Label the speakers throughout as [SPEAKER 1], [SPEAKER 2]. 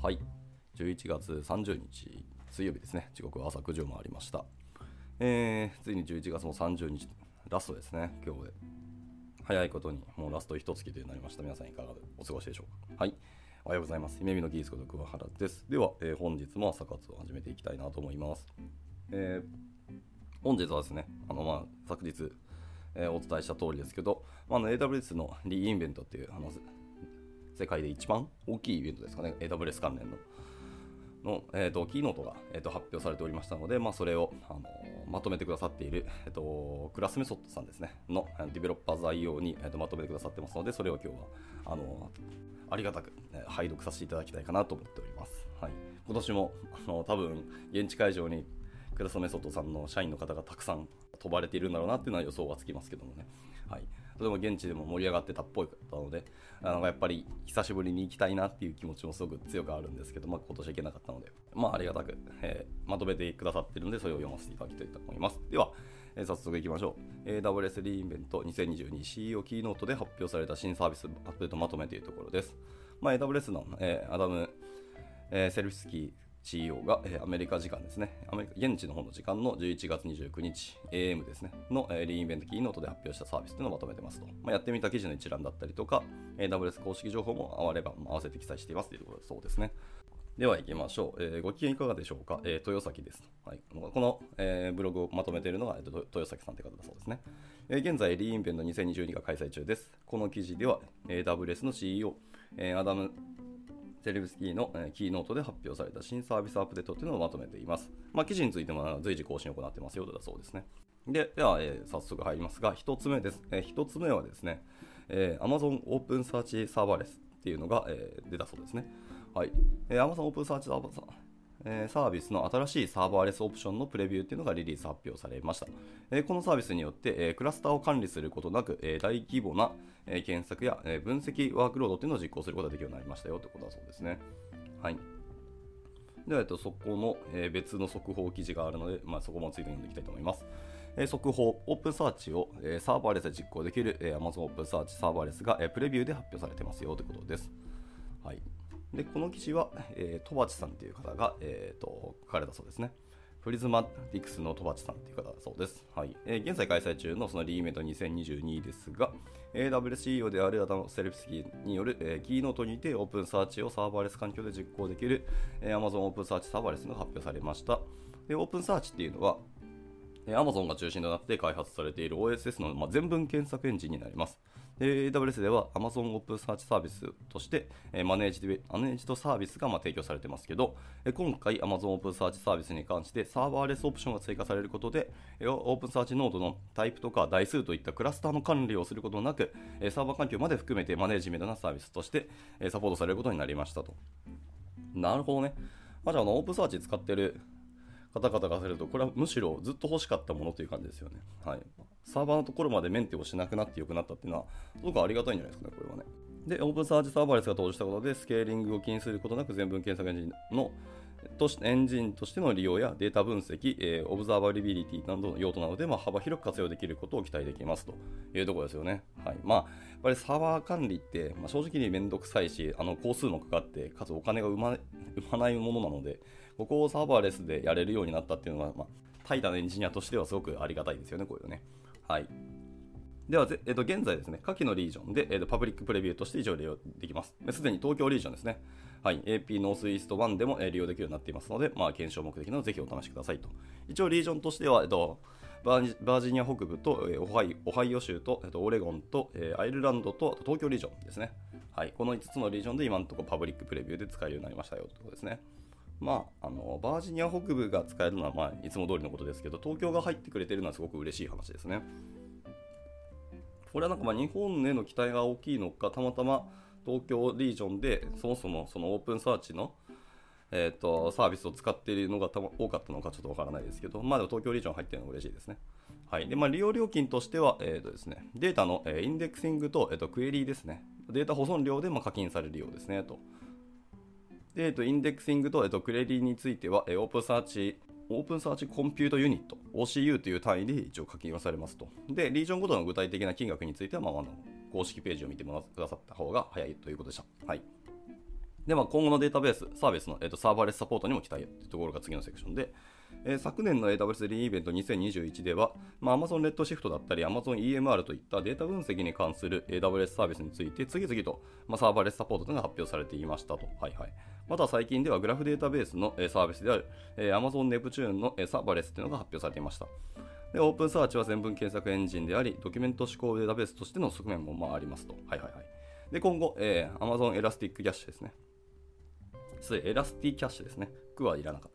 [SPEAKER 1] はい、11月30日水曜日ですね。時刻は朝9時を回りました。ついに11月も30日ラストですね。今日で早いことにもうラスト1月となりました。皆さんいかがお過ごしでしょうか。はい、おはようございます。夢見の技術こと桑原です。では、本日も朝活を始めていきたいなと思います。本日はですね、昨日、お伝えした通りですけど、AWS のリインベントっていう世界で一番大きいイベントですかね、AWS 関連のキーノートが、発表されておりましたので、それをまとめてくださっている、クラスメソッドさんですねのディベロッパーズ IO に、まとめてくださってますので、それを今日はありがたく、拝読させていただきたいかなと思っております。はい、今年も多分現地会場にクラスメソッドさんの社員の方がたくさん飛ばれているんだろうなっていうのは予想がつきますけどもね。はい、とても現地でも盛り上がってたっぽい方なので、やっぱり久しぶりに行きたいなっていう気持ちもすごく強くあるんですけど、今年は行けなかったので、ありがたく、まとめてくださっているので、それを読ませていただきたいと思います。では、早速いきましょう。AWS リインベント 2022CEO キーノートで発表された新サービスアップデートまとめというところです。AWS の、アダム、セルフスキーCEO が、アメリカ時間ですね、現地の方の時間の11月29日 AM ですねの、リインベントキーノートで発表したサービスというのをまとめてますと、やってみた記事の一覧だったりとか、AWS 公式情報も合わせて記載していますというところだそうですね。では行きましょう。ご機嫌いかがでしょうか。豊崎です。はい、この、ブログをまとめているのが、豊崎さんという方だそうですね。現在、リインベント2022が開催中です。この記事では、AWS の CEO、アダムセルフスキーのキーノートで発表された新サービスアップデートというのをまとめています。記事についても随時更新を行っていますよとだそうですね。では、早速入りますが、1つ目です。1つ目はですね、Amazon Open Search Serverlessっていうのが、出たそうですね。はい、Amazon Open Search Serverlessサービスの新しいサーバーレスオプションのプレビューというのがリリース発表されました。このサービスによって、クラスターを管理することなく、大規模な、検索や、分析ワークロードというのを実行することができるようになりましたよということだそうですね。はい、では、そこの、別の速報記事があるので、そこもついて読んでいきたいと思います。速報、オープンサーチを、サーバーレスで実行できる、Amazon オープンサーチサーバーレスが、プレビューで発表されてますよということです。はい、でこの記事は、戸鉢さんという方が、書かれたそうですね。プリズマティクスの戸鉢さんという方だそうです。はい、現在開催中のそのリインベント2022ですが、AWS であるアダム・セルフスキーによる、キーノートにてオープンサーチをサーバーレス環境で実行できる、Amazon オープンサーチサーバーレスが発表されました。でオープンサーチっていうのはAmazon が中心となって開発されている OSS の全文検索エンジンになります。AWS では Amazon オープンサーチサービスとしてマネージドサービスが提供されていますけど、今回 Amazon オープンサーチサービスに関してサーバーレスオプションが追加されることで、オープンサーチノードのタイプとか台数といったクラスターの管理をすることなく、サーバー環境まで含めてマネージメントなサービスとしてサポートされることになりましたと。なるほどね。じゃあオープンサーチ使っている方々がすると、これはむしろずっと欲しかったものという感じですよね。はい、サーバーのところまでメンテをしなくなって良くなったっていうのは、すごくありがたいんじゃないですかね、これはね。で、オープンサーチサーバーレスが登場したことで、スケーリングを気にすることなく全文検索エンジンとしての利用やデータ分析、オブザーバリビリティなどの用途などで、幅広く活用できることを期待できますというところですよね。はい、やっぱりサーバー管理って、正直にめんどくさいし、工数もかかって、かつお金が生まないものなので、ここをサーバーレスでやれるようになったっていうのは、タイタンエンジニアとしてはすごくありがたいですよね、こういうのね。はい。では、現在ですね、下記のリージョンで、パブリックプレビューとして一応利用できます。すでに東京リージョンですね。はい、AP ノースイースト1でも利用できるようになっていますので、検証目的なのでぜひお試しくださいと。一応リージョンとしては、バージニア北部とオハイオ州とオレゴンとアイルランドと東京リージョンですね。はい、この5つのリージョンで今のところパブリックプレビューで使えるようになりましたよということですね。バージニア北部が使えるのは、いつも通りのことですけど、東京が入ってくれているのはすごく嬉しい話ですね。これは日本への期待が大きいのか、たまたま東京リージョンでそもそもそのオープンサーチの、サービスを使っているのが多かったのかちょっとわからないですけど、でも東京リージョン入っているのが嬉しいですね。はい、で利用料金としては、ですね、データの、インデックシングと、クエリーですね。データ保存料で課金されるようですねと。で、インデックシングと、クエリーについては、オープンサーチコンピュートユニット OCU という単位で一応課金をされますと。で、リージョンごとの具体的な金額については、公式ページを見てくださった方が早いということでした。はい。 で、今後のデータベース、サービスの、サーバーレスサポートにも期待というところが次のセクションで、昨年の AWS リーンイベント2021では、Amazon Redshift だったり Amazon EMR といったデータ分析に関する AWS サービスについて次々と、サーバーレスサポートが発表されていましたと。また最近ではグラフデータベースのサービスである Amazon Neptune のサーバーレスというのが発表されていました。で、オープンサーチは全文検索エンジンであり、ドキュメント指向データベースとしての側面もありますと。で、今後、Amazon Elastic Cache ですね。エラスティキャッシュですね。句はいらなかった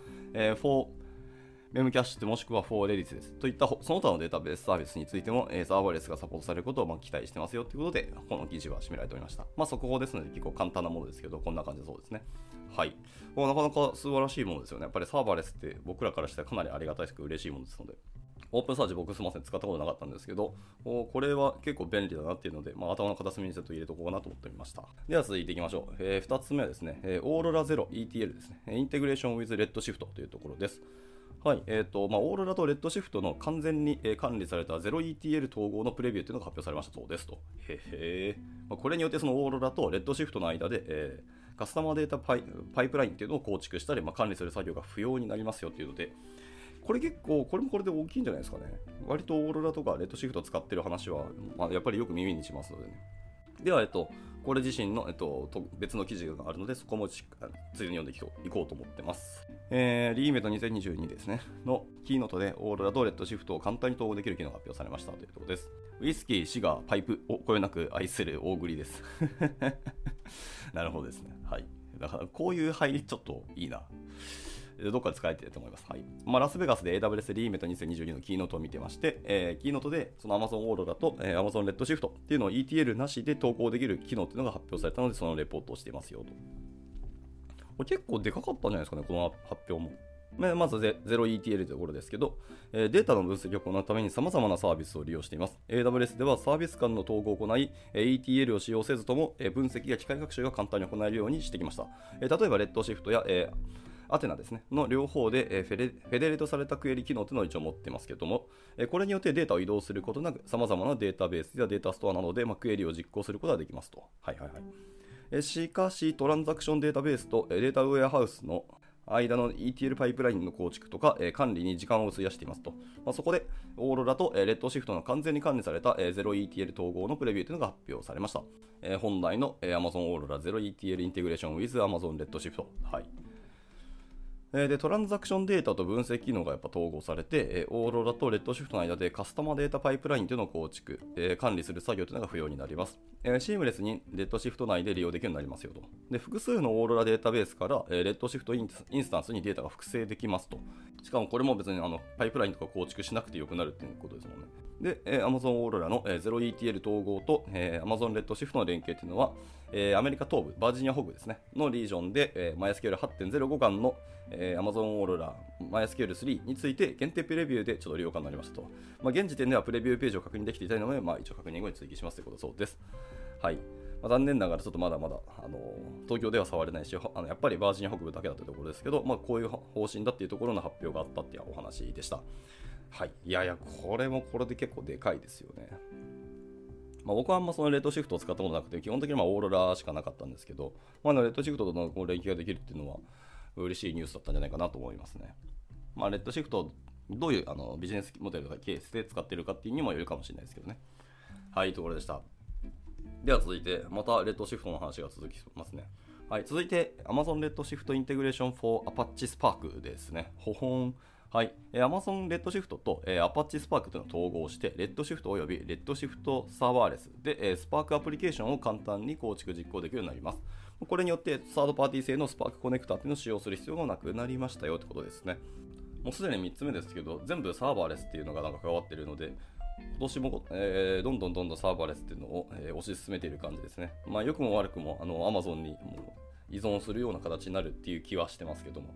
[SPEAKER 1] 。for Memcache もしくは for Redis ですといったその他のデータベースサービスについても、サーバーレスがサポートされることを期待してますよということで、この記事は締められておりました。速報ですので結構簡単なものですけど、こんな感じでそうですね。なかなか素晴らしいものですよね。やっぱりサーバーレスって僕らからしたらかなりありがたいし嬉しいものですので。オープンサーチ僕すみません使ったことなかったんですけど、これは結構便利だなっていうので、頭の片隅にちょっと入れておこうかなと思ってみました。では続いていきましょう。2つ目はですね、オーロラゼロ ETL ですね。インテグレーション with Redshift というところです。オーロラとレッドシフトの完全に管理された 0ETL 統合のプレビューというのが発表されましたそうですと。これによってそのオーロラとレッドシフトの間で、カスタマーデータパイプラインというのを構築したり、管理する作業が不要になりますよというので、これ結構、これもこれで大きいんじゃないですかね。割とオーロラとかレッドシフトを使ってる話は、やっぱりよく耳にしますのでね。では、これ自身の、別の記事があるので、そこもついでに読んでいこうと思ってます。リーメント2022ですね、のキーノートでオーロラとレッドシフトを簡単に統合できる機能が発表されましたというところです。ウイスキー、シガー、パイプをこよなく愛する大栗です。なるほどですね。だからこういう入りちょっといいな。どっかで使えてると思います。ラスベガスで AWS リーメント2022のキーノートを見てまして、キーノートでその Amazon オーロラと、Amazon Redshift っていうのを ETL なしで投稿できる機能っていうのが発表されたので、そのレポートをしていますよと。これ結構でかかったんじゃないですかね、この発表も。まず 0ETL というところですけど、データの分析を行うために様々なサービスを利用しています。AWS ではサービス間の統合を行い、ETL を使用せずとも分析や機械学習が簡単に行えるようにしてきました。例えば、レッドシフトや、アテナですねの両方で、フェデレートされたクエリ機能というのを一応持ってますけども、これによってデータを移動することなく様々なデータベースやデータストアなどで、クエリを実行することができますと。しかし、トランザクションデータベースとデータウェアハウスの間の ETL パイプラインの構築とか管理に時間を費やしていますと。そこで、オーロラとレッドシフトの完全に管理された 0ETL 統合のプレビューというのが発表されました。本来の Amazon オーロラ 0ETL インテグレーション with Amazon Redshift。で、トランザクションデータと分析機能がやっぱ統合されて、オーロラとレッドシフトの間でカスタマーデータパイプラインというのを構築、管理する作業というのが不要になります。シームレスにレッドシフト内で利用できるようになりますよと。で、複数のオーロラデータベースから、レッドシフトインスタンスにデータが複製できますと。しかもこれも別にパイプラインとか構築しなくてよくなるっていうことですもんね。で、Amazon オーロラの 0ETL 統合と Amazon Redshift の連携というのは、アメリカ東部、バージニア北部ですね、のリージョンで、MySQL 8.05 巻の、Amazon オーロラ MySQL 3について限定プレビューでちょっと利用可能になりましたと。現時点ではプレビューページを確認できていないので、一応確認後に追記しますということそうです。残念ながらちょっとまだまだ東京では触れないし、やっぱりバージニア北部だけだというところですけど、こういう方針だっていうところの発表があったっていうお話でした。いや、これもこれで結構でかいですよね。僕はあんまそのレッドシフトを使ったことなくて、基本的にオーロラしかなかったんですけど、レッドシフトとの連携ができるっていうのは嬉しいニュースだったんじゃないかなと思いますね。レッドシフトをどういうビジネスモデルとかケースで使っているかっていうにもよるかもしれないですけどね。というところでした。では続いて、またレッドシフトの話が続きますね。続いて Amazon Redshift Integration for Apache Spark ですね。Amazon Redshift と、Apache Spark というのを統合して、Redshift および Redshift Serverless で、Spark アプリケーションを簡単に構築実行できるようになります。これによって、サードパーティー製の Spark コネクタというのを使用する必要がなくなりましたよということですね。もうすでに3つ目ですけど、全部サーバーレスっていうのが関わっているので、今年も、どんどんサーバーレスっていうのを、推し進めている感じですね。良くも悪くもAmazon にも依存するような形になるっていう気はしてますけども、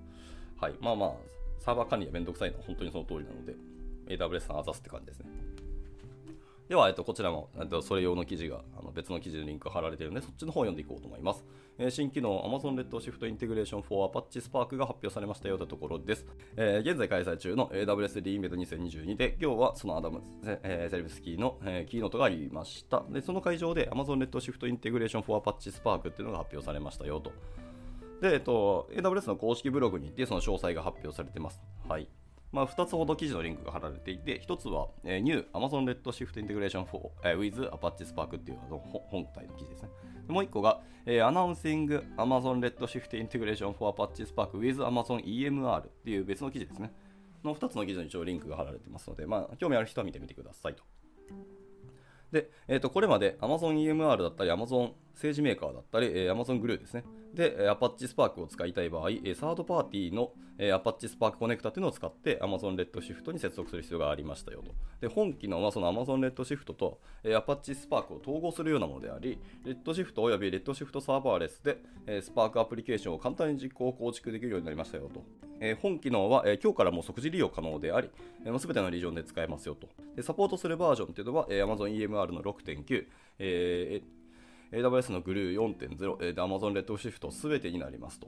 [SPEAKER 1] サーバー管理がめんどくさいのは本当にその通りなので、AWS さんあざすって感じですね。 では、こちらもそれ用の記事が別の記事のリンクが貼られているので、そっちの方を読んでいこうと思います。新機能 Amazon Redshift Integration for Apache Spark が発表されましたよというところです。現在開催中の AWS Remade 2022で、今日はそのアダム・セレブスキーのキーノートがありました。で、その会場で Amazon Redshift Integration for Apache Spark っていうのが発表されましたよと。で、AWS の公式ブログに行ってその詳細が発表されています。はい。2つほど記事のリンクが貼られていて、1つは、New Amazon Redshift Integration for, with Apache Spark っていう本体の記事ですね。もう1個が、Announcing Amazon Redshift Integration for Apache Spark with Amazon EMR っていう別の記事ですね。の2つの記事の一応リンクが貼られていますので、興味ある人は見てみてくださいと。で、これまで Amazon EMR だったり Amazon 政治メーカーだったり、Amazon Glue ですね。で、Apache Spark を使いたい場合、サードパーティーの Apache Spark コネクタというのを使って Amazon Redshift に接続する必要がありましたよと。で、本機能はその Amazon Redshift と Apache Spark を統合するようなものであり、Redshift および Redshift サーバーレスで Spark アプリケーションを簡単に実行構築できるようになりましたよと。本機能は今日からもう即時利用可能であり、全てのリージョンで使えますよと。で、サポートするバージョンというのは Amazon EMR の 6.9、AWS の Glue 4.0、Amazon Redshift すべてになりますと。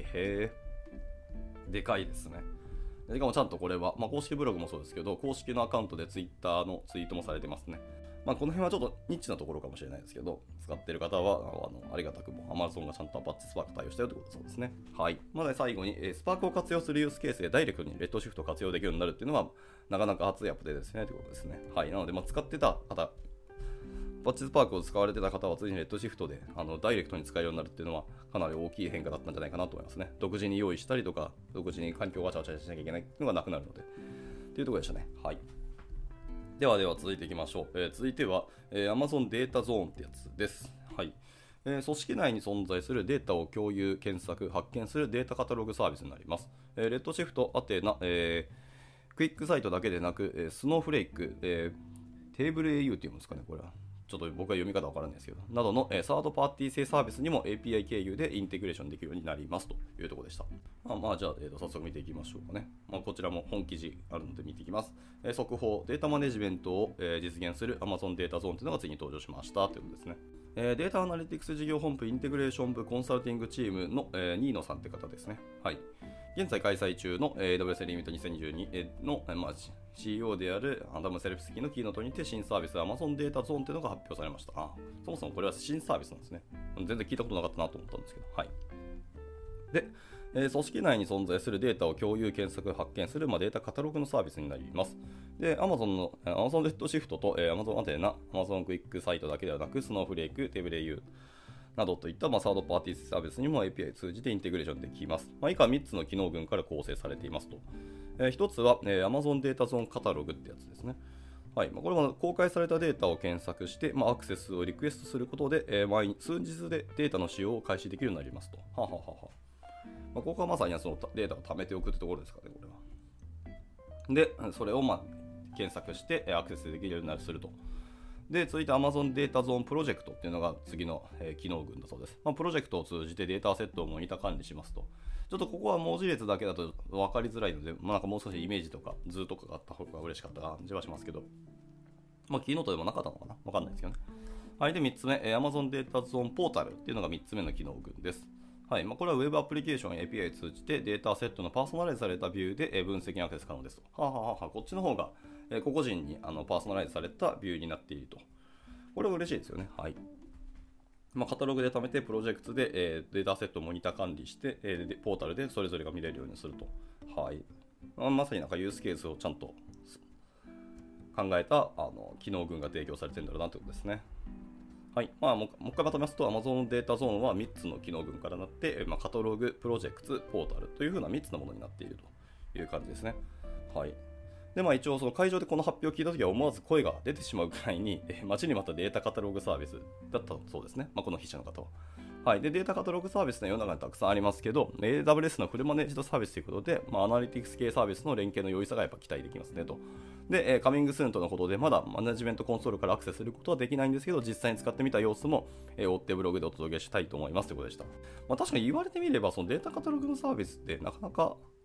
[SPEAKER 1] でかいですね。しかもちゃんとこれは、公式ブログもそうですけど、公式のアカウントで Twitter のツイートもされてますね。この辺はちょっとニッチなところかもしれないですけど、使っている方はありがたくも Amazon がちゃんと Apache Spark 対応したよということそうですね。はい。最後に、Spark を活用するユースケースでダイレクトに Redshift を活用できるようになるっていうのは、なかなか熱いアップデートですねということですね。はい。なので、使ってた方、Apache Spark を使われてた方は、ついに Redshift でダイレクトに使えるようになるっていうのは、かなり大きい変化だったんじゃないかなと思いますね。独自に用意したりとか、独自に環境をわちゃわちゃしなきゃいけないのがなくなるので。っていうところでしたね。はい。では続いていきましょう。続いては、Amazon データゾーンってやつです。はい。組織内に存在するデータを共有、検索、発見するデータカタログサービスになります。Redshift、アテナ、クイックサイトだけでなく、スノーフレーク、テーブル AU っていうんですかね、これは。ちょっと僕は読み方わからないですけど、などのサードパーティー製サービスにも API 経由でインテグレーションできるようになりますというところでした。じゃあ、早速見ていきましょうかね。こちらも本記事あるので見ていきます。速報、データマネジメントを実現する Amazon データゾーンというのが次に登場しましたということですね。データアナリティクス事業本部インテグレーション部コンサルティングチームの新野さんって方ですね。はい。現在開催中の AWS リミット2022の、CEO であるアダム・セレフスキーのキーノートにて新サービス Amazon データゾーンというのが発表されました。そもそもこれは新サービスなんですね。全然聞いたことなかったなと思ったんですけど。はい。で、組織内に存在するデータを共有、検索、発見する、データカタログのサービスになります。で、Amazon Redshift と、Amazon アテナ、Amazon クイックサイトだけではなく、スノーフレーク、テーブル AU などといった、サードパーティーサービスにも API 通じてインテグレーションできます。以下3つの機能群から構成されていますと。1つは、Amazon データゾーンカタログってやつですね。はい。これは公開されたデータを検索して、アクセスをリクエストすることで、数日でデータの使用を開始できるようになりますと。ここはまさにそのデータを貯めておくってところですかね、これは。で、それを検索してアクセスできるようになるすると。で、続いて Amazon データゾーンプロジェクトっていうのが次の、機能群だそうです。プロジェクトを通じてデータセットをモニター管理しますと。ちょっとここは文字列だけだと分かりづらいので、もう少しイメージとか図とかがあった方が嬉しかった感じはしますけど、キーノートでもなかったのかな分かんないですけどね。はい。で、3つ目、Amazon データゾーンポータルっていうのが3つ目の機能群です。はい。これは Web アプリケーション API を通じてデータセットのパーソナライズされたビューで分析にアクセス可能ですと。こっちの方が個々人にパーソナライズされたビューになっていると。これは嬉しいですよね。はい。カタログで貯めて、プロジェクトで、データセットをモニター管理して、ポータルでそれぞれが見れるようにすると。はい。まさにユースケースをちゃんと考えた機能群が提供されてるんだろうなということですね。はい。もう一回まとめますと、Amazon データゾーンは3つの機能群からなって、カタログ、プロジェクト、ポータルというふうな3つのものになっているという感じですね。はい。で、一応その会場でこの発表を聞いたときは思わず声が出てしまうくらいに、待ちに待ったデータカタログサービスだったそうですね。この筆者の方は。はい。で、データカタログサービスの世の中にたくさんありますけど、AWS のフルマネージドサービスということで、アナリティクス系サービスの連携の良いさがやっぱ期待できますねと。で、カミングスーンとのことで、まだマネジメントコンソールからアクセスすることはできないんですけど、実際に使ってみた様子も、追ってブログでお届けしたいと思いますということでした。確かに言われてみれば、そのデータカタログのサービスってなかなか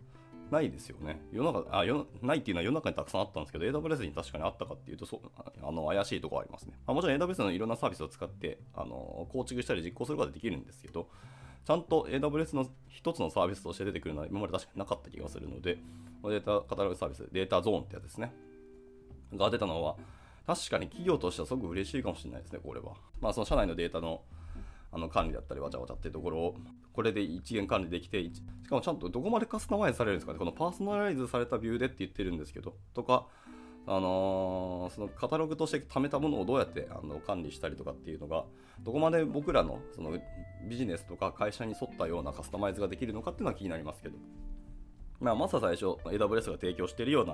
[SPEAKER 1] ないですよね。ないっていうのは世の中にたくさんあったんですけど、AWS に確かにあったかっていうと、怪しいところはありますね。もちろん AWS のいろんなサービスを使って、構築したり実行することができるんですけど、ちゃんと AWS の一つのサービスとして出てくるのは今まで確かになかった気がするので、データカタログサービス、データゾーンってやつですね。が出たのは、確かに企業としてはすごく嬉しいかもしれないですね、これは。その社内のデータの管理だったりわちゃわちゃっていうところをこれで一元管理できて、しかもちゃんとどこまでカスタマイズされるんですかね。このパーソナライズされたビューでって言ってるんですけどとか、そのカタログとして貯めたものをどうやって管理したりとかっていうのがどこまで僕らのそのビジネスとか会社に沿ったようなカスタマイズができるのかっていうのは気になりますけど、まずは最初 AWS が提供しているような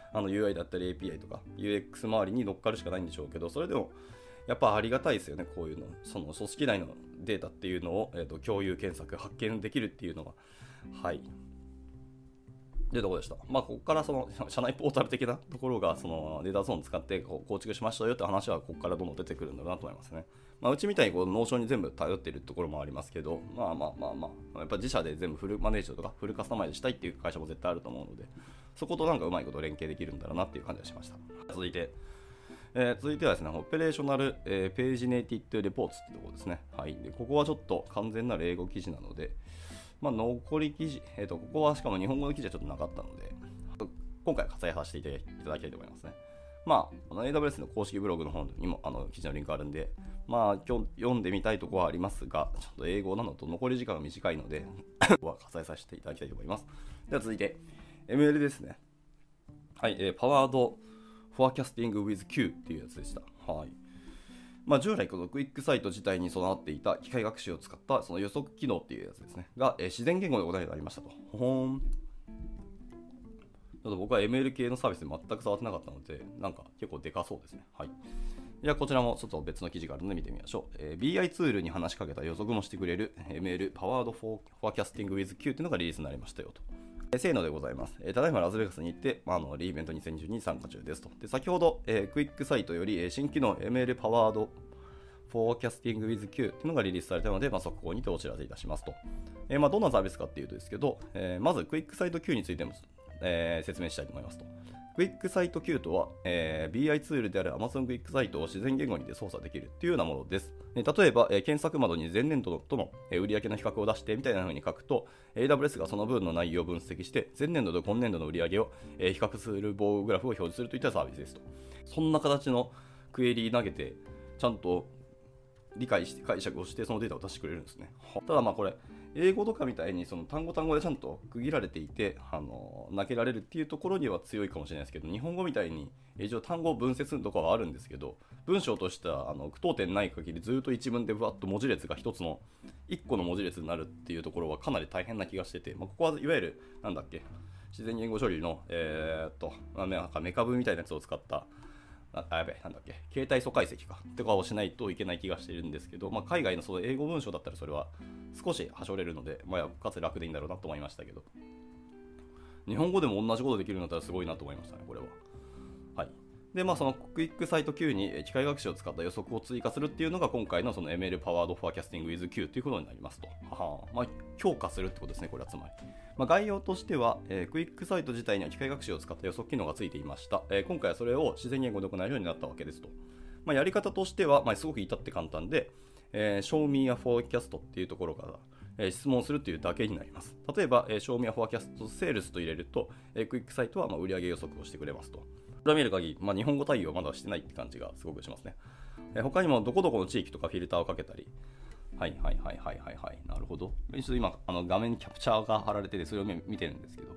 [SPEAKER 1] UI だったり API とか UX 周りに乗っかるしかないんでしょうけど、それでもやっぱありがたいですよね。こういうの、その組織内のデータっていうのを、共有検索発見できるっていうのが、はいで、どこでした。ここからその社内ポータル的なところがそのデータゾーンを使って構築しましたよって話はここからどんどん出てくるんだろうなと思いますね。うちみたいにノーションに全部頼っているところもありますけど、やっぱ自社で全部フルマネージとかフルカスタマイズしたいっていう会社も絶対あると思うので、そことなんかうまいこと連携できるんだろうなっていう感じがしました。続いてはですね、オペレーショナル、ページネイティッドレポーツってところですね。はい。で、ここはちょっと完全なる英語記事なので、残り記事、ここはしかも日本語の記事はちょっとなかったので、今回割愛させていただきたいと思いますね。AWS の公式ブログの方にも記事のリンクあるんで、今日読んでみたいところはありますが、ちょっと英語なのと残り時間が短いので、ここは割愛させていただきたいと思います。では続いて、ML ですね。はい、パワードForecasting with Q っていうやつでした。はい。従来このクイックサイト自体に備わっていた機械学習を使ったその予測機能っていうやつですね。が、自然言語で行うようになりましたと。ほーん。ちょっと僕は ML 系のサービスで全く触ってなかったので、なんか結構でかそうですね。はい。じゃあこちらもちょっと別の記事があるので見てみましょう。BI ツールに話しかけた予測もしてくれる ML パワードForecasting with Q っていうのがリリースになりましたよと。せーのでございます。ただいまラスベガスに行って、リーベント2012に参加中ですと。で、先ほど、クイックサイトより、新機能 ML パワード Forecasting with Q というのがリリースされたので、速報にてお知らせいたしますと。どんなサービスかっていうとですけど、まずクイックサイト Q についても、説明したいと思いますと。クイックサイト Q とは、BI ツールである Amazon クイックサイトを自然言語にて操作できるというようなものです。例えば、検索窓に前年度との売上の比較を出してみたいな風に書くと、AWS がその分の内容を分析して、前年度と今年度の売上を比較する棒グラフを表示するといったサービスですと。そんな形のクエリ投げて、ちゃんと理解して解釈をしてそのデータを出してくれるんですね。ただこれ英語とかみたいにその単語でちゃんと区切られていて投げられるっていうところには強いかもしれないですけど、日本語みたいに一応単語を分析するとかはあるんですけど、文章としては句読点ない限りずっと一文でぶわっと文字列が一つの一個の文字列になるっていうところはかなり大変な気がしてて、ここはいわゆる自然言語処理のメカブみたいなやつを使った携帯素解析とかをしないといけない気がしているんですけど、海外のその英語文章だったらそれは少しはしょれるので、かつ楽でいいんだろうなと思いましたけど、日本語でも同じことできるんだったらすごいなと思いましたね、これは。はい。で、そのクイックサイト Q に機械学習を使った予測を追加するっていうのが今回のその ML パワードフォーキャスティング with Q ということになりますと。強化するってことですね、これはつまり。概要としては、クイックサイト自体には機械学習を使った予測機能がついていました。今回はそれを自然言語で行えるようになったわけですと。やり方としては、すごく至って簡単で、Show me a forecast っていうところから、質問するっていうだけになります。例えば、Show me a forecast sales と入れると、クイックサイトは売上予測をしてくれますと。これを見る限り、日本語対応はまだしてないって感じがすごくしますね。他にもどこどこの地域とかフィルターをかけたり、なるほど。ちょっと今画面にキャプチャーが貼られててそれを見てるんですけど、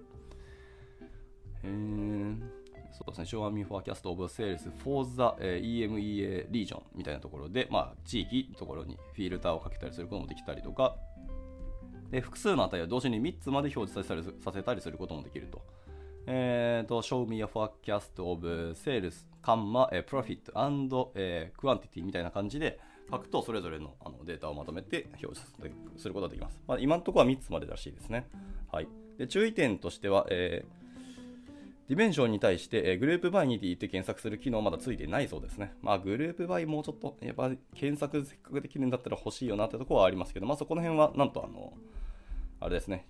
[SPEAKER 1] そうですね、Show me forecast of sales for the EMEA region みたいなところで、地域のところにフィルターをかけたりすることもできたりとか、で複数の値を同時に3つまで表示させたりすることもできると。Show me a forecast of sales, profit and quantity みたいな感じで書くとそれぞれのデータをまとめて表示することができます。今のところは3つまでらしいですね。はい。で注意点としては、ディメンションに対して、グループバイに言って検索する機能まだついてないそうですね。グループバイもうちょっとやっぱ検索せっかくできるんだったら欲しいよなってところはありますけど、そこの辺はなんとあれですね、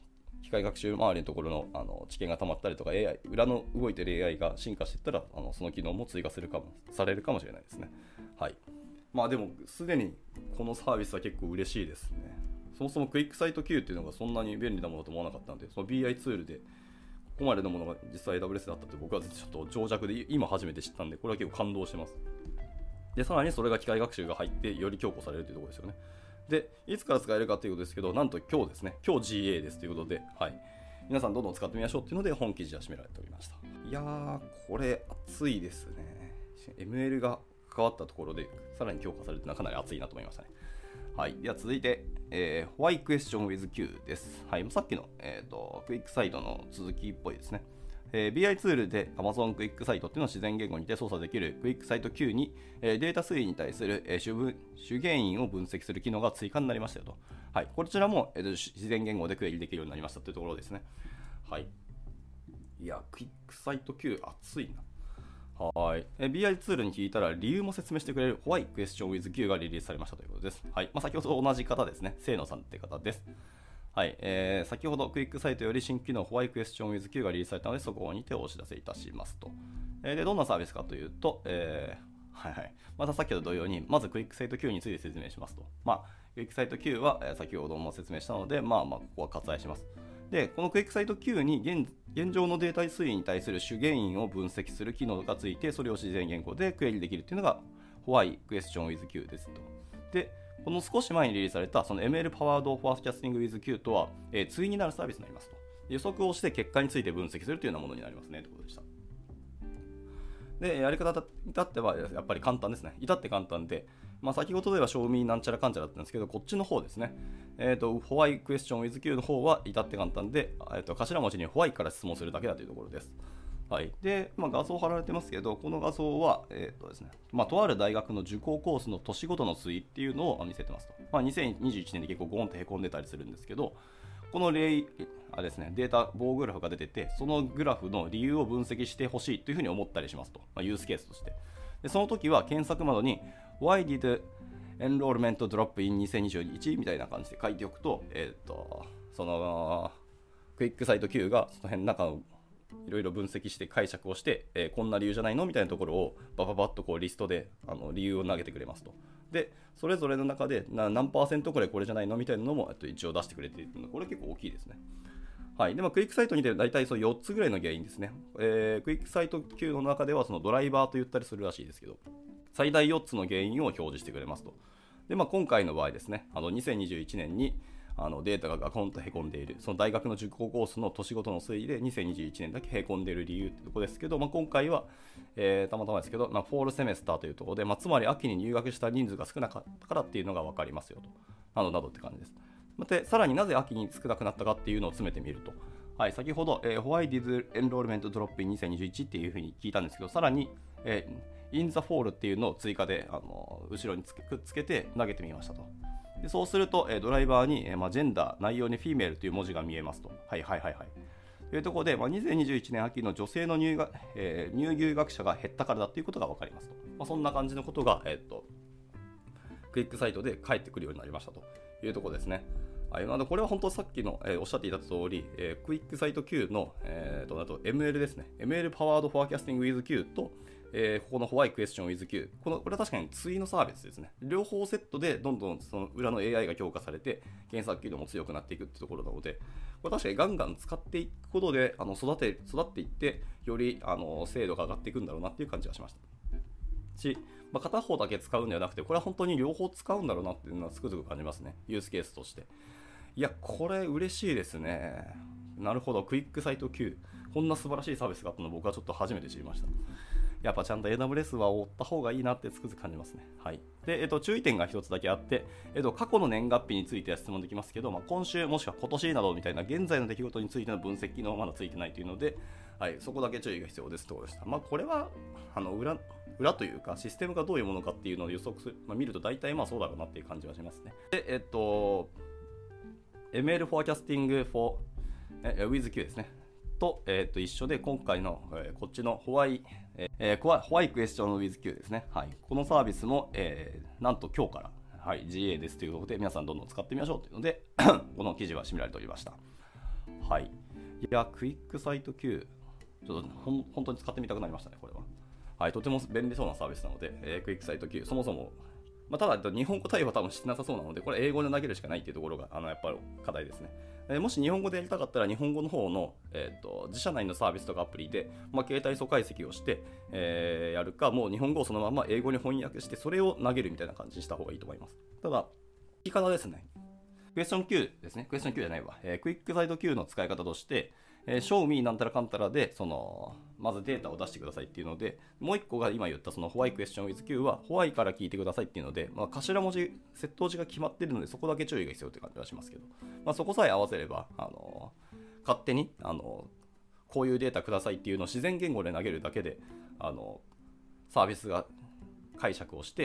[SPEAKER 1] 機械学習周りのところの、知見が溜まったりとか AI、裏の動いてる AI が進化していったらその機能も追加されるかもしれないですね。はい。まあでもすでにこのサービスは結構嬉しいですね。そもそもクイックサイト Q っていうのがそんなに便利なものだと思わなかったので、その BI ツールでここまでのものが実際 AWS だったって僕はちょっと情弱で今初めて知ったんで、これは結構感動してます。で、さらにそれが機械学習が入ってより強固されるというところですよね。で、いつから使えるかということですけど、なんと今日ですね、今日 GA ですということで、はい。皆さんどんどん使ってみましょうっていうので本記事は締められておりました。いやー、これ熱いですね。ML が関わったところでさらに強化されるのはかなり熱いなと思いましたね。はい。では続いて、Why Question with Q です。はい。さっきの、クイックサイトの続きっぽいですね。BI ツールで Amazon クイックサイトっていうのを自然言語にて操作できるクイックサイト Q に、データ推移に対する、主原因を分析する機能が追加になりましたよと。はい。こちらも、自然言語でクエリできるようになりましたというところですね。はい。いや、クイックサイト Q 熱いな。はい。BI ツールに聞いたら理由も説明してくれる Why Question with Q がリリースされましたということです。はい。先ほど同じ方ですね。清野さんって方です。はい。先ほどクイックサイトより新機能 Why Question with Q がリリースされたので、そこにてお知らせいたしますと。で、どんなサービスかというと、はいはい。またさっきと同様に、まずクイックサイト Q について説明しますと。クイックサイト Q は、先ほども説明したので、ここは割愛します。で、このクイックサイト Q に現状のデータ推移に対する主原因を分析する機能がついて、それを自然言語でクエリできるというのが Why Question with Q ですと。で、この少し前にリリースされたその ML パワードフォアキャスティング with Q とは、対になるサービスになりますと。予測をして結果について分析するというようなものになりますねということでした。で、やり方に至ってはやっぱり簡単ですね。至って簡単で、先ほどでは賞味なんちゃらかんちゃらだったんですけど、こっちの方ですね。Why Question with Q の方は至って簡単で、頭文字に Why から質問するだけだというところです。はい。で、画像貼られてますけど、この画像は、ですね、とある大学の受講コースの年ごとの推移っていうのを見せてますと。2021年で結構ゴーンとへこんでたりするんですけど、このですね、データ棒グラフが出てて、そのグラフの理由を分析してほしいというふうに思ったりしますと。ユースケースとして。で、その時は検索窓に Why did enrollment drop in 2021みたいな感じで書いておくと、そのクイックサイト Q がその辺の中をいろいろ分析して解釈をして、こんな理由じゃないのみたいなところをバババッとこうリストで理由を投げてくれますと。で、それぞれの中で何%くらいこれじゃないのみたいなのも一応出してくれているので、これ結構大きいですね。はい。で、クイックサイトにで大体そう4つぐらいの原因ですね。クイックサイト Q の中ではそのドライバーと言ったりするらしいですけど、最大4つの原因を表示してくれますと。で、今回の場合ですね、2021年にデータがガコンとへこんでいる、その大学の受講コースの年ごとの推移で2021年だけへこんでいる理由というところですけど、今回は、たまたまですけど、フォールセメスターというところで、つまり秋に入学した人数が少なかったからっていうのが分かりますよと。などって感じです。で、さらになぜ秋に少なくなったかっていうのを詰めてみると。はい、先ほど、Why did enrollment drop in 2021っていうふうに聞いたんですけど、さらに、in the fall っていうのを追加で後ろにくっつけて投げてみましたと。でそうすると、ドライバーに、ジェンダー、内容にフィメールという文字が見えますと。はいはいはいはい。というところで、2021年秋の女性の入学者が減ったからだということが分かりますと。そんな感じのことが、クイックサイトで返ってくるようになりましたというところですね。はい、なのでこれは本当さっきの、おっしゃっていた通り、クイックサイト Q の、あと ML ですね。ML パワードフォアキャスティング with Q と、ここの Why Question with Q。これは確かに対のサービスですね。両方セットでどんどんその裏の AI が強化されて、検索機能も強くなっていくってところなので、これ確かにガンガン使っていくことで、育っていって、より精度が上がっていくんだろうなっていう感じがしました。片方だけ使うんではなくて、これは本当に両方使うんだろうなっていうのはつくづく感じますね。ユースケースとして。いや、これ嬉しいですね。なるほど、クイックサイト Q。こんな素晴らしいサービスがあったのを僕はちょっと初めて知りました。やっぱちゃんと AWS は追った方がいいなってつくづく感じますね。はい。で、注意点が一つだけあって、過去の年月日については質問できますけど、今週もしくは今年などみたいな現在の出来事についての分析機能はまだついてないというので、はい、そこだけ注意が必要ですということでした。これは、裏というかシステムがどういうものかっていうのを予測する、見ると大体そうだろうなっていう感じはしますね。で、ML Forecasting for with Q ですね。と、一緒で今回の、こっちのWhy Question with Q ですね。はい。このサービスも、なんと今日から、はい、GA ですということで皆さんどんどん使ってみましょうというのでこの記事は締められておりました。 はい。いや、クイックサイト Q、ちょっと本当に使ってみたくなりましたね、これは。はい、とても便利そうなサービスなので、クイックサイト Q、そもそも、ただ、日本語対応は多分してなさそうなので、これ英語で投げるしかないっていうところが、やっぱり課題ですね。もし日本語でやりたかったら、日本語の方の、自社内のサービスとかアプリで、携帯素解析をして、やるか、もう日本語をそのまま英語に翻訳して、それを投げるみたいな感じにした方がいいと思います。ただ、言い方ですね。クエスチョン Q ですね。クエスチョン Q じゃないわ。クイックサイト Q の使い方として、show me なんたらかんたらで、まずデータを出してくださいっていうので、もう一個が今言ったその Why question with Q は Why から聞いてくださいっていうので、頭文字、接頭字が決まっているので、そこだけ注意が必要って感じはしますけど、そこさえ合わせれば、勝手に、こういうデータくださいっていうのを自然言語で投げるだけで、サービスが解釈をして、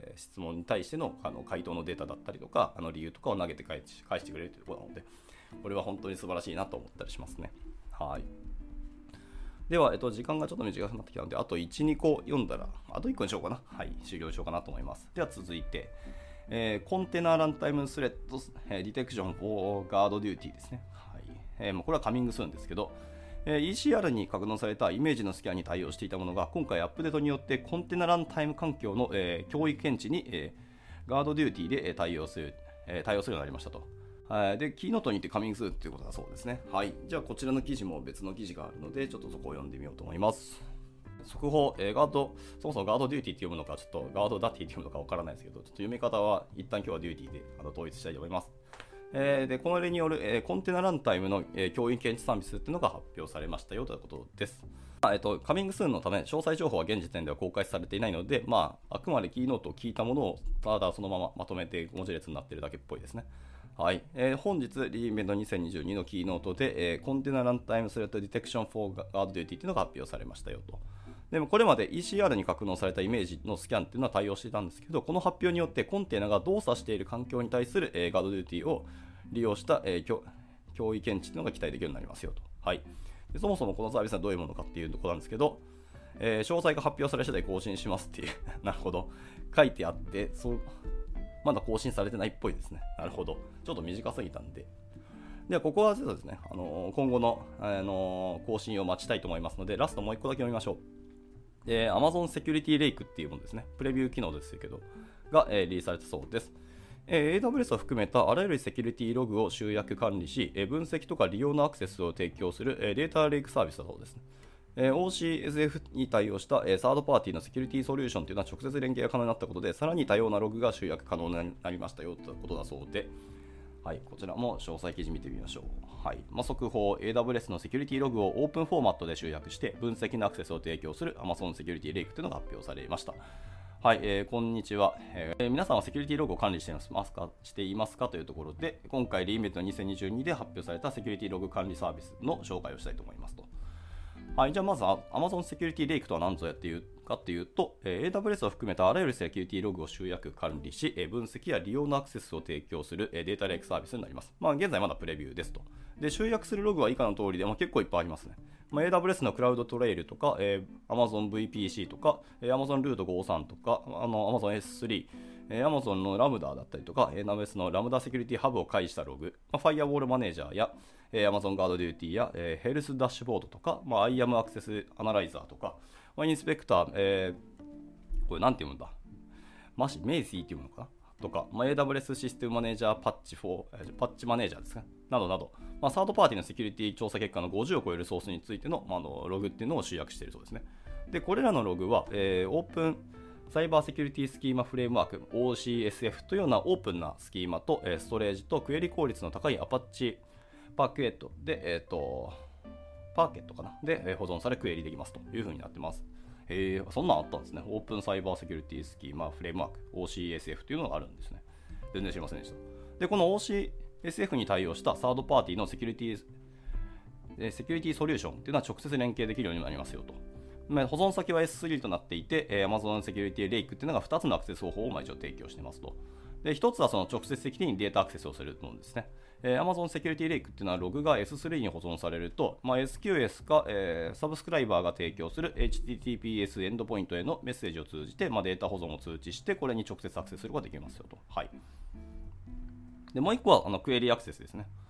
[SPEAKER 1] 質問に対しての、回答のデータだったりとか、理由とかを投げて返してくれるというところなので、これは本当に素晴らしいなと思ったりしますね。はい。では、時間がちょっと短くなってきたので、あと1、2個読んだら、あと1個にしようかな。はい、終了しようかなと思います。では続いて、コンテナランタイムスレッド、ディテクション for Guard Duty ですね。はい。これはカミングスーンですけど、ECR に格納されたイメージのスキャンに対応していたものが、今回アップデートによってコンテナランタイム環境の、教育検知に、ガードデューティーで対応するようになりましたと。で、キーノートにてカミングスーンということだそうですね。はい。じゃあ、こちらの記事も別の記事があるので、ちょっとそこを読んでみようと思います。速報、ガード、そもそもガードデューティーって読むのか、ちょっとガードダティーって読むのかわからないですけど、ちょっと読み方は一旦今日はデューティーで統一したいと思います。でこの例による、コンテナランタイムの、教員検知サービスというのが発表されましたよということです。カミングスーンのため、詳細情報は現時点では公開されていないので、あくまでキーノートを聞いたものをただそのまままとめて文字列になっているだけっぽいですね。はい。本日、リーメント2022のキーノートで、コンテナランタイムスレッドディテクション for Guard Duty というのが発表されましたよと。でもこれまで ECR に格納されたイメージのスキャンっていうのは対応していたんですけど、この発表によってコンテナが動作している環境に対する、ガードデューティーを利用した、脅威検知というのが期待できるようになりますよと。はい。でそもそもこのサービスはどういうものかっていうところなんですけど、詳細が発表され次第更新しますっていうなるほど書いてあって、まだ更新されてないっぽいですね。なるほど。ちょっと短すぎたんで。では、ここはそうですね、今後の、更新を待ちたいと思いますので、ラストもう一個だけ読みましょう。Amazon Security Lake っていうものですね。プレビュー機能ですけど、が、リリースされたそうです。AWS を含めたあらゆるセキュリティログを集約管理し、分析とか利用のアクセスを提供する、データレイクサービスだそうですね。OCSF に対応した、サードパーティーのセキュリティソリューションというのは直接連携が可能になったことで、さらに多様なログが集約可能になりましたよということだそうで、はい、こちらも詳細記事見てみましょう。はい。速報、AWS のセキュリティログをオープンフォーマットで集約して分析のアクセスを提供する Amazon Security Lake というのが発表されました。はい、こんにちは、皆さんはセキュリティログを管理していますかというところで、今回リーメント2022で発表されたセキュリティログ管理サービスの紹介をしたいと思いますと。はい、じゃあまず Amazon Security Lake とは何ぞやっていうかっていうと、AWS を含めたあらゆるセキュリティログを集約管理し、分析や利用のアクセスを提供するデータレイクサービスになります。現在まだプレビューですと。で、集約するログは以下の通りで、結構いっぱいありますね。AWS のクラウドトレイルとか、Amazon VPC とか、Amazon ルート53とか、Amazon S3、Amazon のラムダだったりとか、AWS のラムダセキュリティハブを介したログ、Firewall マネージャーや、Amazon Guard Duty や、Health ダッシュボードとか、IAM アクセスアナライザーとか、インスペクター、これなんて読むんだメイシーっていうのかなとか、AWS システムマネージャーパッチマネージャーですかなどなど、サードパーティーのセキュリティ調査結果の50を超えるソースについての、ログっていうのを集約しているそうですね。で、これらのログは、オープンサイバーセキュリティスキーマフレームワーク OCSF というようなオープンなスキーマと、ストレージとクエリ効率の高い Apache パーケットで、パーケットかなで、保存されクエリできますという風になってます。そんなんあったんですね。オープンサイバーセキュリティスキーマフレームワーク OCSF というのがあるんですね。全然知りませんでした。で、この OCSF に対応したサードパーティーのセキュリティソリューションというのは直接連携できるようになりますよと。保存先は S3 となっていて、Amazon Security Lake というのが2つのアクセス方法を一応提供していますと。で、1つはその直接的にデータアクセスをするものですね。Amazon Security Lake っていうのはログが S3 に保存されると、SQS か、サブスクライバーが提供する HTTPS エンドポイントへのメッセージを通じて、データ保存を通知して、これに直接アクセスすることができますよと。はい。で、もう1個はクエリアクセスですね。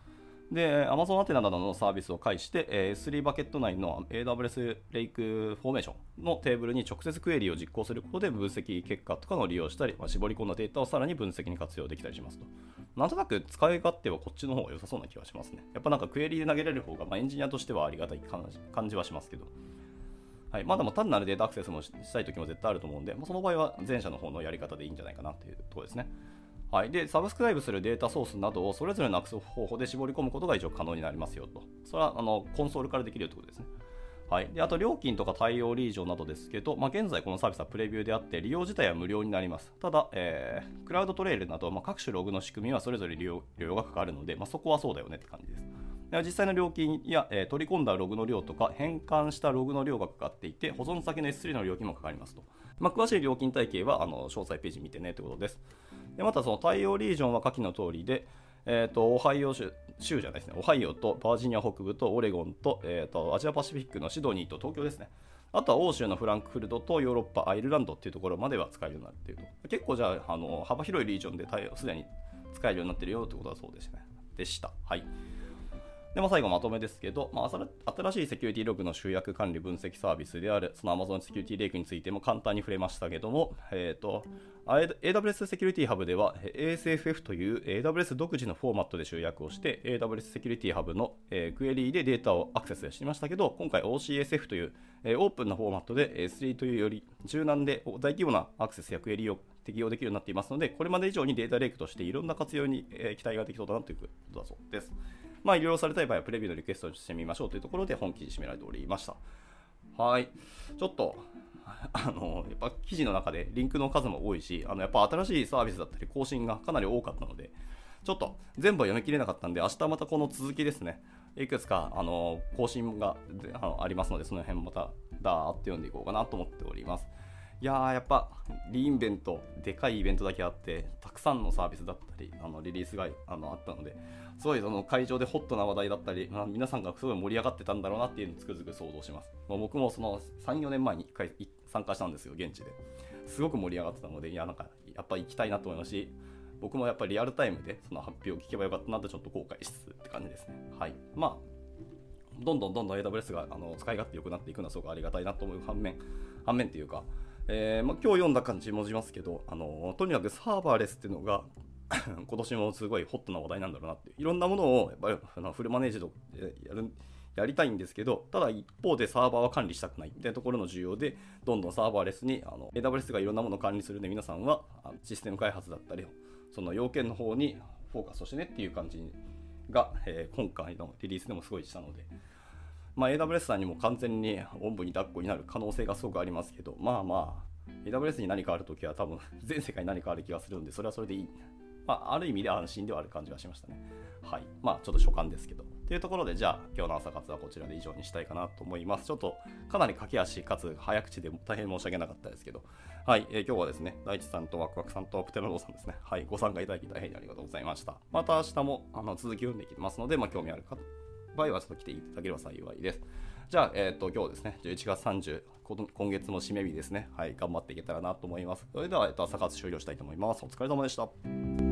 [SPEAKER 1] で、Amazon アテナなどのサービスを介して、S3 バケット内の AWS レイクフォーメーションのテーブルに直接クエリを実行することで分析結果とかの利用したり、絞り込んだデータをさらに分析に活用できたりしますと。なんとなく使い勝手はこっちの方が良さそうな気がしますね。やっぱなんかクエリで投げられる方が、エンジニアとしてはありがたい感じはしますけど。はい、でも単なるデータアクセスもしたいときも絶対あると思うんで、その場合は前者の方のやり方でいいんじゃないかなというところですね。はい、でサブスクライブするデータソースなどをそれぞれのアクセス方法で絞り込むことが一応可能になりますよと。それはコンソールからできるということですね。はい、であと料金とか対応リージョンなどですけど、現在このサービスはプレビューであって利用自体は無料になります。ただ、クラウドトレイルなど、各種ログの仕組みはそれぞれ利用がかかるので、そこはそうだよねって感じです。実際の料金や、取り込んだログの量とか変換したログの量がかかっていて、保存先の S3 の料金もかかりますと。詳しい料金体系は詳細ページ見てねということです。でまたその対応リージョンは下記の通りで、オハイオ州じゃないですね、オハイオとバージニア北部とオレゴンと、アジアパシフィックのシドニーと東京ですね。あとは欧州のフランクフルトとヨーロッパ、アイルランドっていうところまでは使えるようになっていると。結構じゃあ、幅広いリージョンですでに使えるようになっているよということはそうでした。はい。で最後まとめですけど、新しいセキュリティログの集約管理分析サービスであるその Amazon セキュリティレイクについても簡単に触れましたけども、AWS セキュリティハブでは ASFF という AWS 独自のフォーマットで集約をして AWS セキュリティハブのクエリでデータをアクセスしていましたけど、今回 OCSF というオープンなフォーマットで S3 というより柔軟で大規模なアクセスやクエリを適用できるようになっていますので、これまで以上にデータレイクとしていろんな活用に期待ができそうだなということだそうです。いろいろされたい場合はプレビューのリクエストをしてみましょうというところで本記事締められておりました。はい。ちょっと、やっぱ記事の中でリンクの数も多いし、やっぱ新しいサービスだったり更新がかなり多かったので、ちょっと全部は読み切れなかったんで、明日またこの続きですね、いくつか更新がありますので、その辺またダーッと読んでいこうかなと思っております。いやーやっぱリインベント、でかいイベントだけあってたくさんのサービスだったりリリースがあったので、すごいその会場でホットな話題だったり、皆さんがすごい盛り上がってたんだろうなっていうのをつくづく想像します。僕もその 3,4 年前に1回参加したんですよ、現地ですごく盛り上がってたので、やっぱ行きたいなと思いますし、僕もやっぱりリアルタイムでその発表を聞けばよかったなとちょっと後悔しつつって感じですね。はい。どんどん AWS が使い勝手良くなっていくのはすごくありがたいなと思う反面っていうか、今日読んだ感じもしますけど、とにかくサーバーレスっていうのが今年もすごいホットな話題なんだろうなって、いろんなものをやっぱりフルマネージドやりたいんですけど、ただ一方でサーバーは管理したくないみたいなところの需要で、どんどんサーバーレスにAWS がいろんなものを管理するので、皆さんはシステム開発だったりその要件の方にフォーカスをしてねっていう感じが、今回のリリースでもすごいしたので、AWS さんにも完全におんぶに抱っこになる可能性がすごくありますけど、AWS に何かあるときは多分全世界に何かある気がするので、それはそれでいい。ある意味で安心ではある感じがしましたね。はい。ちょっと所感ですけど。というところで、じゃあ今日の朝活はこちらで以上にしたいかなと思います。ちょっとかなり駆け足かつ早口で大変申し訳なかったですけど、はい。今日はですね、大地さんとワクワクさんとプテラノーさんですね、はい。ご参加いただき大変ありがとうございました。また明日も続き読んでいきますので、興味ある場合はちょっと来ていただければ幸いです。じゃあ、今日ですね、11月30、今月も締め日ですね。はい、頑張っていけたらなと思います。それでは、朝活終了したいと思います。お疲れ様でした。